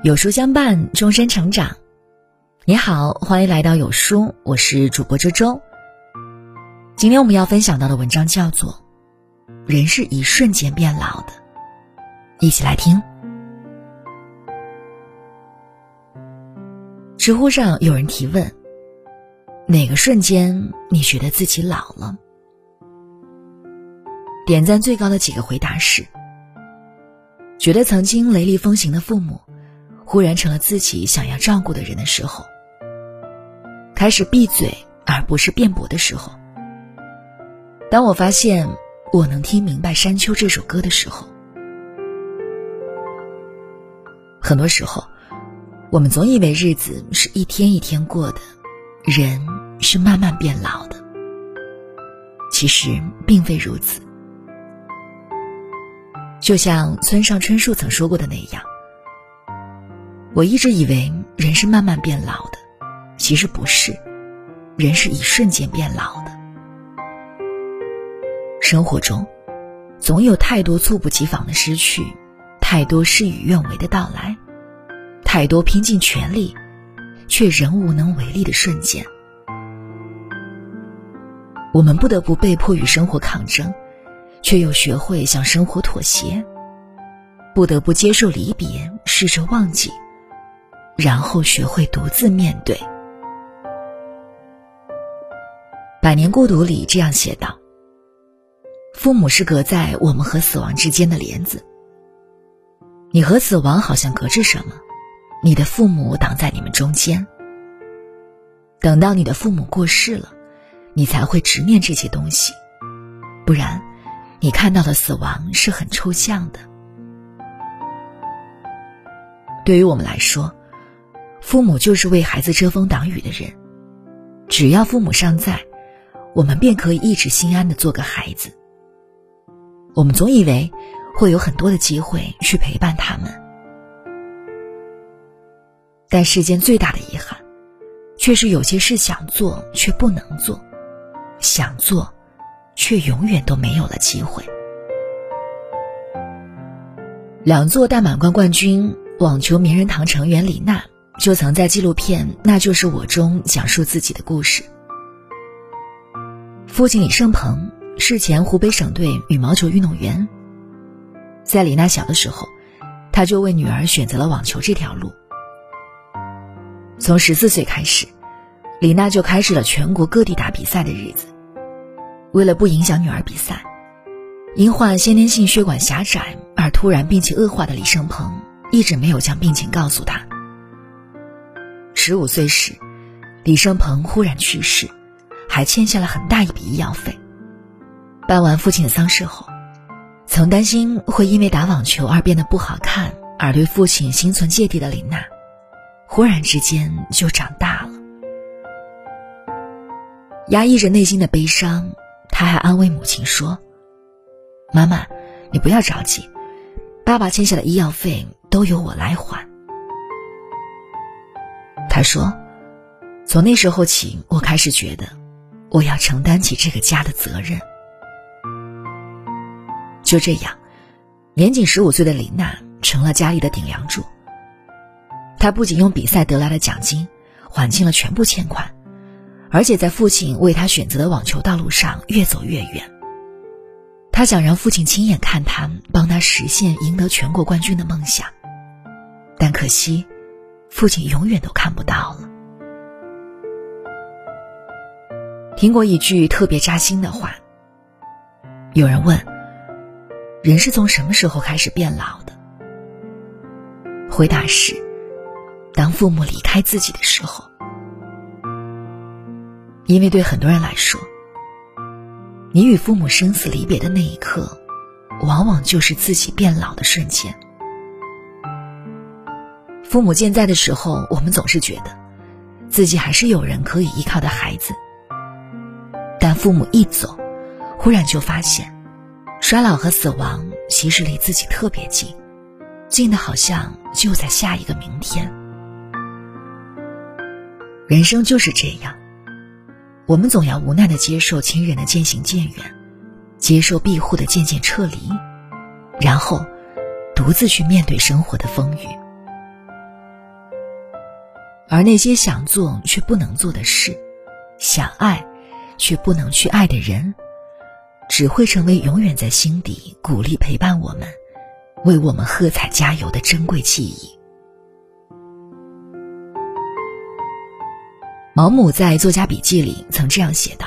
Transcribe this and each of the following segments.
有书相伴，终身成长。你好，欢迎来到有书，我是主播周周。今天我们要分享到的文章叫做人是一瞬间变老的，一起来听。知乎上有人提问，哪个瞬间你觉得自己老了？点赞最高的几个回答是，觉得曾经雷厉风行的父母忽然成了自己想要照顾的人的时候，开始闭嘴而不是辩驳的时候，当我发现我能听明白山丘这首歌的时候。很多时候我们总以为日子是一天一天过的，人是慢慢变老的，其实并非如此。就像村上春树曾说过的那样，我一直以为人是慢慢变老的，其实不是，人是一瞬间变老的。生活中总有太多猝不及防的失去，太多事与愿违的到来，太多拼尽全力却仍无能为力的瞬间。我们不得不被迫与生活抗争，却又学会向生活妥协，不得不接受离别，试着忘记，然后学会独自面对。百年孤独里这样写道，父母是隔在我们和死亡之间的帘子，你和死亡好像隔着什么，你的父母挡在你们中间。等到你的父母过世了，你才会直面这些东西，不然你看到的死亡是很抽象的。对于我们来说，父母就是为孩子遮风挡雨的人，只要父母尚在，我们便可以一直心安地做个孩子。我们总以为会有很多的机会去陪伴他们，但世间最大的遗憾，却是有些事想做却不能做，想做却永远都没有了机会。2座大满贯冠军网球名人堂成员李娜就曾在纪录片《那就是我》中讲述自己的故事。父亲李胜鹏是前湖北省队羽毛球运动员，在李娜小的时候，他就为女儿选择了网球这条路。从14岁开始，李娜就开始了全国各地打比赛的日子。为了不影响女儿比赛，因患先天性血管狭窄而突然病情恶化的李胜鹏一直没有将病情告诉她。15岁时，李胜鹏忽然去世，还欠下了很大一笔医药费。办完父亲的丧事后，曾担心会因为打网球而变得不好看而对父亲心存芥蒂的李娜，忽然之间就长大了。压抑着内心的悲伤，她还安慰母亲说，妈妈，你不要着急，爸爸欠下的医药费都由我来还。她说，从那时候起，我开始觉得我要承担起这个家的责任。就这样，年仅15岁的李娜成了家里的顶梁柱。她不仅用比赛得来的奖金还清了全部欠款，而且在父亲为她选择的网球道路上越走越远。她想让父亲亲眼看她，帮他实现赢得全国冠军的梦想，但可惜父亲永远都看不到了。听过一句特别扎心的话，有人问，人是从什么时候开始变老的？回答是，当父母离开自己的时候。因为对很多人来说，你与父母生死离别的那一刻，往往就是自己变老的瞬间。父母健在的时候，我们总是觉得自己还是有人可以依靠的孩子，但父母一走，忽然就发现衰老和死亡其实离自己特别近，近的好像就在下一个明天。人生就是这样，我们总要无奈地接受亲人的渐行渐远，接受庇护的渐渐撤离，然后独自去面对生活的风雨。 而那些想做却不能做的事，想爱却不能去爱的人，只会成为永远在心底鼓励陪伴我们，为我们喝彩加油的珍贵记忆。毛姆在作家笔记里曾这样写道：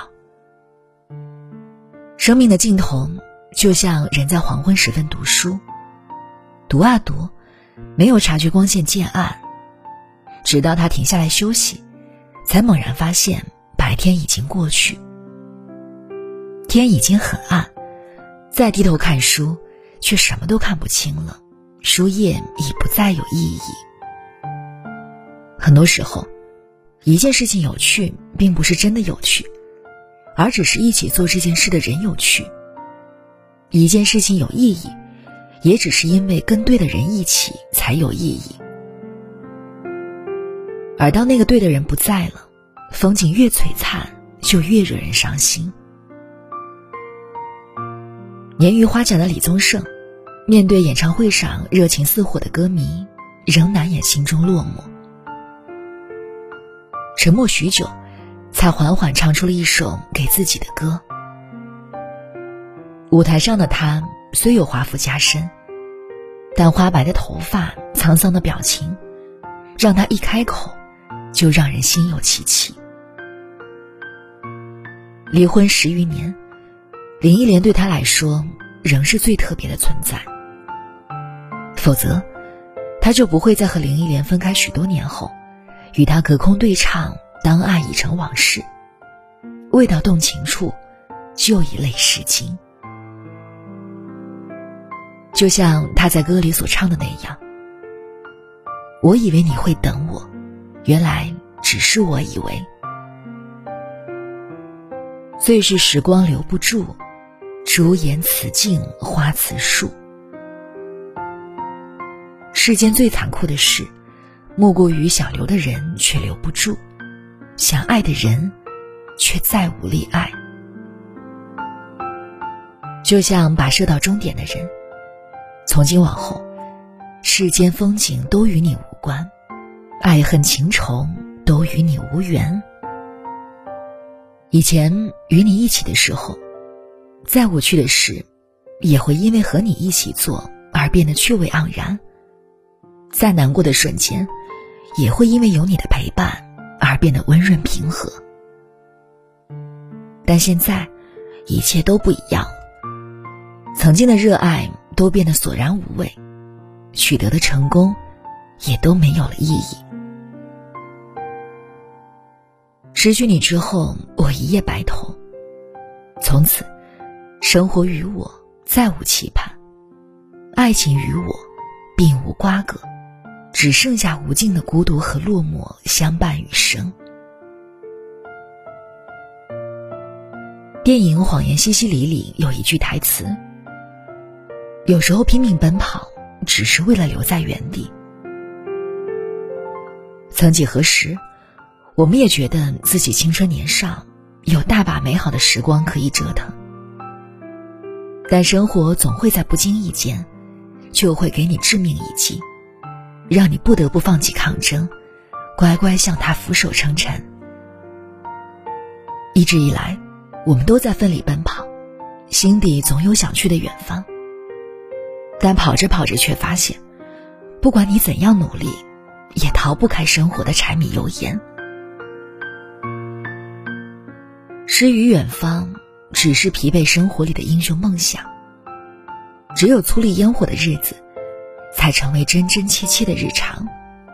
生命的尽头就像人在黄昏时分读书，读啊读，没有察觉光线渐暗，直到他停下来休息，才猛然发现白天已经过去，天已经很暗，再低头看书却什么都看不清了，书页已不再有意义。很多时候，一件事情有趣并不是真的有趣，而只是一起做这件事的人有趣。一件事情有意义，也只是因为跟对的人一起才有意义。而当那个对的人不在了，风景越璀璨，就越惹人伤心。年逾花甲的李宗盛，面对演唱会上热情似火的歌迷，仍难掩心中落寞。沉默许久，才缓缓唱出了一首给自己的歌。舞台上的他虽有华服加身，但花白的头发、沧桑的表情，让他一开口就让人心有戚戚。离婚10余年，林忆莲对他来说仍是最特别的存在，否则他就不会在和林忆莲分开许多年后，与他隔空对唱当爱已成往事，未到动情处就已泪湿襟。就像他在歌里所唱的那样，我以为你会等我，原来只是我以为。最是时光留不住，朱颜辞镜花辞树。世间最残酷的事，莫过于想留的人却留不住，想爱的人却再无力爱。就像跋涉到终点的人，从今往后，世间风景都与你无关，爱恨情仇都与你无缘。以前与你一起的时候，再无趣的事也会因为和你一起做而变得趣味盎然，再难过的瞬间也会因为有你的陪伴而变得温润平和。但现在一切都不一样，曾经的热爱都变得索然无味，取得的成功也都没有了意义。失去你之后，我一夜白头，从此生活于我再无期盼，爱情与我并无瓜葛，只剩下无尽的孤独和落寞相伴余生。电影《谎言西西里》里有一句台词，有时候拼命奔跑只是为了留在原地。曾几何时，我们也觉得自己青春年少，有大把美好的时光可以折腾，但生活总会在不经意间就会给你致命一击，让你不得不放弃抗争，乖乖向他俯首称臣。一直以来，我们都在奋力奔跑，心底总有想去的远方，但跑着跑着却发现，不管你怎样努力，也逃不开生活的柴米油盐。诗与远方只是疲惫生活里的英雄梦想，只有粗粝烟火的日子才成为真真切切的日常。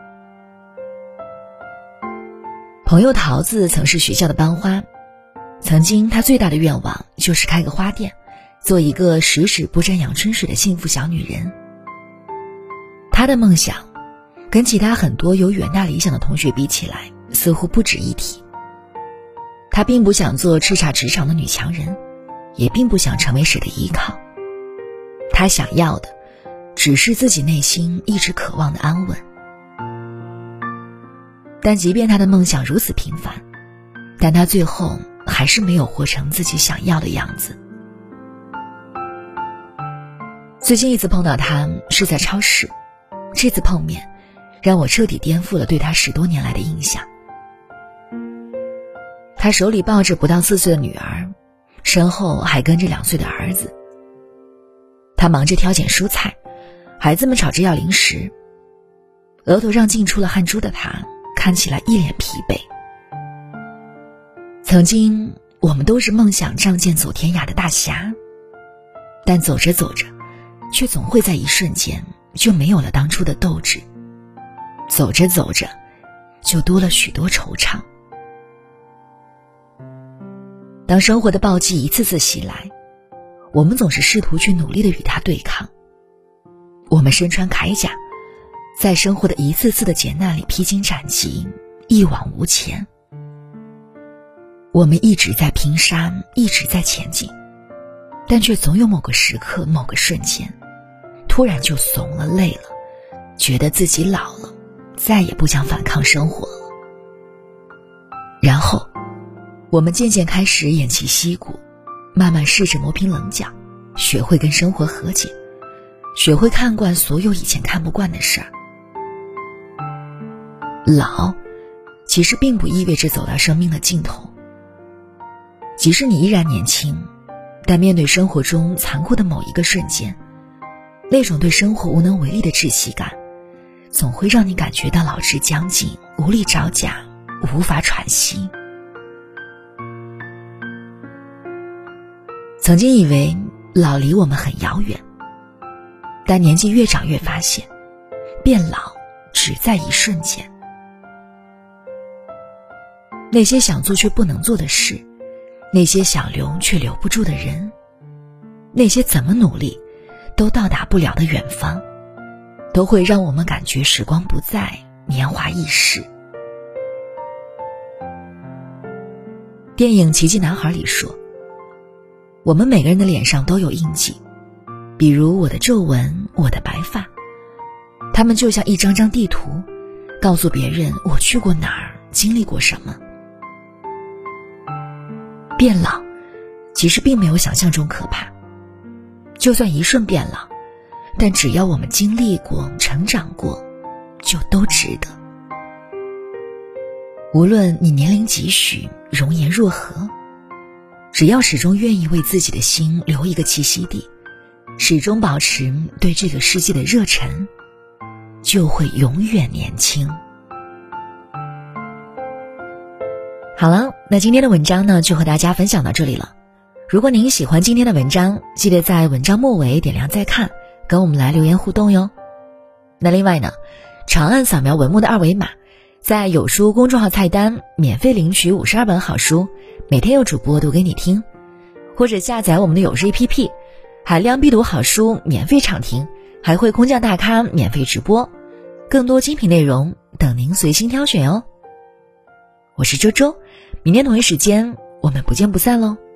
朋友桃子曾是学校的班花，曾经她最大的愿望就是开个花店，做一个时时不沾阳春水的幸福小女人。她的梦想跟其他很多有远大理想的同学比起来，似乎不值一提。她并不想做叱咤职场的女强人，也并不想成为谁的依靠。她想要的只是自己内心一直渴望的安稳。但即便她的梦想如此平凡，但她最后还是没有活成自己想要的样子。最近一次碰到她是在超市，这次碰面让我彻底颠覆了对他10多年来的印象。他手里抱着不到4岁的女儿，身后还跟着2岁的儿子。他忙着挑拣蔬菜，孩子们吵着要零食。额头上浸出了汗珠的他，看起来一脸疲惫。曾经我们都是梦想仗剑走天涯的大侠，但走着走着，却总会在一瞬间就没有了当初的斗志。走着走着，就多了许多惆怅。当生活的暴击一次次袭来，我们总是试图去努力地与它对抗。我们身穿铠甲，在生活的一次次的劫难里披荆斩棘，一往无前。我们一直在拼杀，一直在前进，但却总有某个时刻，某个瞬间，突然就怂了，累了，觉得自己老了，再也不想反抗生活了。然后我们渐渐开始偃旗息鼓，慢慢试着磨平棱角，学会跟生活和解，学会看惯所有以前看不惯的事儿。老其实并不意味着走到生命的尽头。即使你依然年轻，但面对生活中残酷的某一个瞬间，那种对生活无能为力的窒息感，总会让你感觉到老之将近，无力招架，无法喘息。曾经以为老离我们很遥远，但年纪越长越发现，变老只在一瞬间。那些想做却不能做的事，那些想留却留不住的人，那些怎么努力都到达不了的远方，都会让我们感觉时光不再，年华易逝。电影《奇迹男孩》里说，我们每个人的脸上都有印记，比如我的皱纹，我的白发，它们就像一张张地图，告诉别人我去过哪儿，经历过什么。变老其实并没有想象中可怕，就算一瞬变老，但只要我们经历过，成长过，就都值得。无论你年龄几许，容颜若何，只要始终愿意为自己的心留一个栖息地，始终保持对这个世界的热忱，就会永远年轻。好了，那今天的文章呢，就和大家分享到这里了。如果您喜欢今天的文章，记得在文章末尾点亮再看，跟我们来留言互动哟。那另外呢，长按扫描文末的2维码，在有书公众号菜单免费领取52本好书，每天有主播读给你听，或者下载我们的有书 APP， 海量必读好书免费畅听，还会空降大咖免费直播，更多精品内容等您随心挑选哦。我是周周，明天同一时间我们不见不散喽。